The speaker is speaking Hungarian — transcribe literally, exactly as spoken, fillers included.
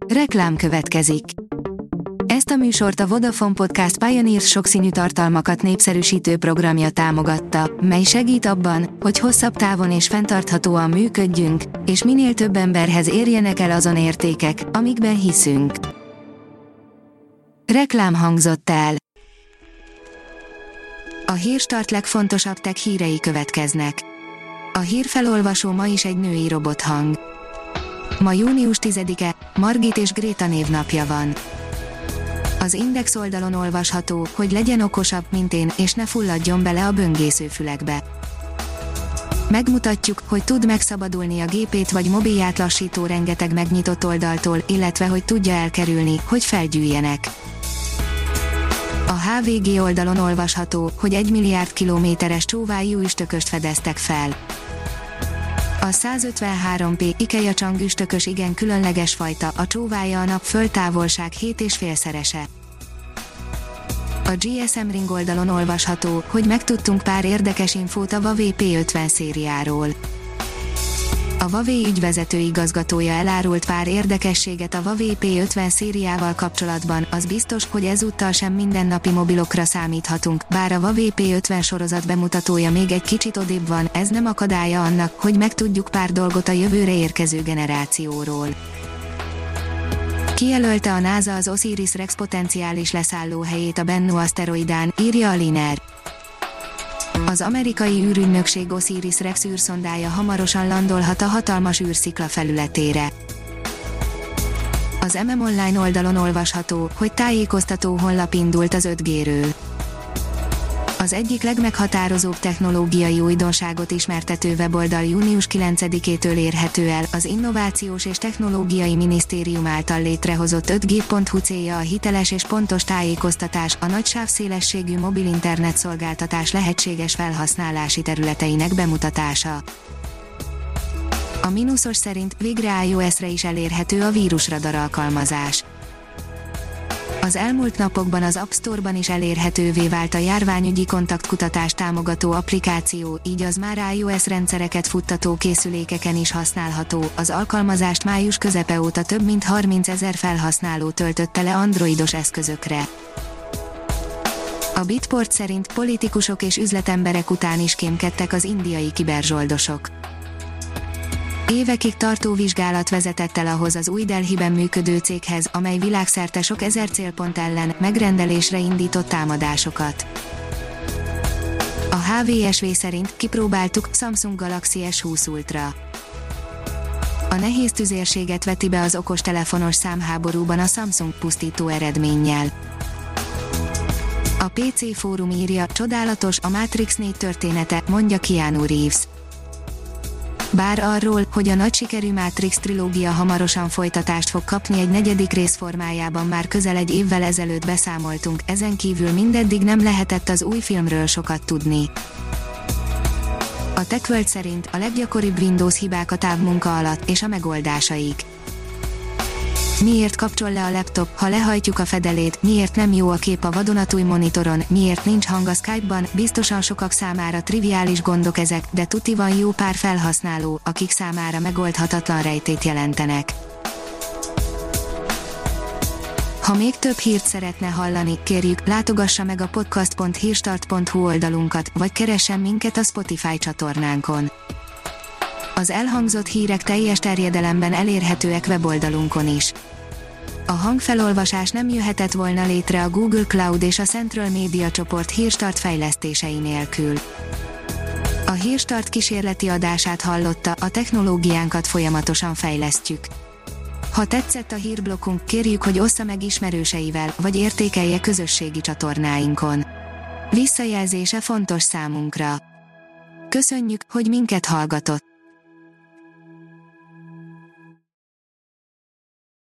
Reklám következik. Ezt a műsort a Vodafone Podcast Pioneers sokszínű tartalmakat népszerűsítő programja támogatta, mely segít abban, hogy hosszabb távon és fenntarthatóan működjünk, és minél több emberhez érjenek el azon értékek, amikben hiszünk. Reklám hangzott el. A Hírstart legfontosabb tech hírei következnek. A hírfelolvasó ma is egy női robothang. Ma június tizedike, Margit és Gréta névnapja van. Az Index oldalon olvasható, hogy legyen okosabb, mint én, és ne fulladjon bele a böngészőfülekbe. Megmutatjuk, hogy tud megszabadulni a gépét vagy mobilját lassító rengeteg megnyitott oldaltól, illetve hogy tudja elkerülni, hogy felgyűjjenek. A há vé gé oldalon olvasható, hogy egy milliárd kilométeres csóvájú üstököst fedeztek fel. A százötvenhárom pé IKEA Chang üstökös igen különleges fajta, a csóvája a nap földtávolság hét és félszerese. A gé es em Ring oldalon olvasható, hogy megtudtunk pár érdekes infót a Huawei pé ötven szériáról. A Huawei ügyvezető igazgatója elárult pár érdekességet a Huawei pé ötven szériával kapcsolatban, az biztos, hogy ezúttal sem mindennapi mobilokra számíthatunk, bár a Huawei pé ötven sorozat bemutatója még egy kicsit odébb van, ez nem akadálya annak, hogy megtudjuk pár dolgot a jövőre érkező generációról. Kijelölte a NASA az Osiris-Rex potenciális leszállóhelyét a Bennu aszteroidán, írja a Liner. Az amerikai űrügynökség Osiris-Rex űrszondája hamarosan landolhat a hatalmas űrszikla felületére. Az em em Online oldalon olvasható, hogy tájékoztató honlap indult az öt G-ről. Az egyik legmeghatározóbb technológiai újdonságot ismertető weboldal június kilencedikétől érhető el, az Innovációs és Technológiai Minisztérium által létrehozott öt G pont hu célja a hiteles és pontos tájékoztatás, a nagy sávszélességű mobil internet szolgáltatás lehetséges felhasználási területeinek bemutatása. A mínuszos szerint végre iOS-re is elérhető a vírusradar alkalmazás. Az elmúlt napokban az App Store-ban is elérhetővé vált a járványügyi kontaktkutatást támogató applikáció, így az már iOS rendszereket futtató készülékeken is használható. Az alkalmazást május közepe óta több mint harmincezer felhasználó töltötte le androidos eszközökre. A Bitport szerint politikusok és üzletemberek után is kémkedtek az indiai kiberzsoldosok. Évekig tartó vizsgálat vezetett el ahhoz az új Delhiben működő céghez, amely világszerte sok ezer célpont ellen megrendelésre indított támadásokat. A há vé es vé szerint kipróbáltuk Samsung Galaxy es húsz Ultra. A nehéz tüzérséget veti be az okostelefonos számháborúban a Samsung pusztító eredménnyel. A pé cé Fórum írja, csodálatos a Matrix négy története, mondja Keanu Reeves. Bár arról, hogy a nagy sikerű Matrix trilógia hamarosan folytatást fog kapni egy negyedik rész formájában már közel egy évvel ezelőtt beszámoltunk, ezen kívül mindeddig nem lehetett az új filmről sokat tudni. A TechWorld szerint a leggyakoribb Windows hibák a távmunka alatt, és a megoldásaik. Miért kapcsol le a laptop, ha lehajtjuk a fedelét, miért nem jó a kép a vadonatúj monitoron, miért nincs hang a Skype-ban, biztosan sokak számára triviális gondok ezek, de tuti van jó pár felhasználó, akik számára megoldhatatlan rejtét jelentenek. Ha még több hírt szeretne hallani, kérjük, látogassa meg a podcast pont hírstart pont hu oldalunkat, vagy keressen minket a Spotify csatornánkon. Az elhangzott hírek teljes terjedelemben elérhetőek weboldalunkon is. A hangfelolvasás nem jöhetett volna létre a Google Cloud és a Central Media csoport Hírstart fejlesztései nélkül. A Hírstart kísérleti adását hallotta, a technológiánkat folyamatosan fejlesztjük. Ha tetszett a hírblokkunk, kérjük, hogy ossza meg ismerőseivel, vagy értékelje közösségi csatornáinkon. Visszajelzése fontos számunkra. Köszönjük, hogy minket hallgatott!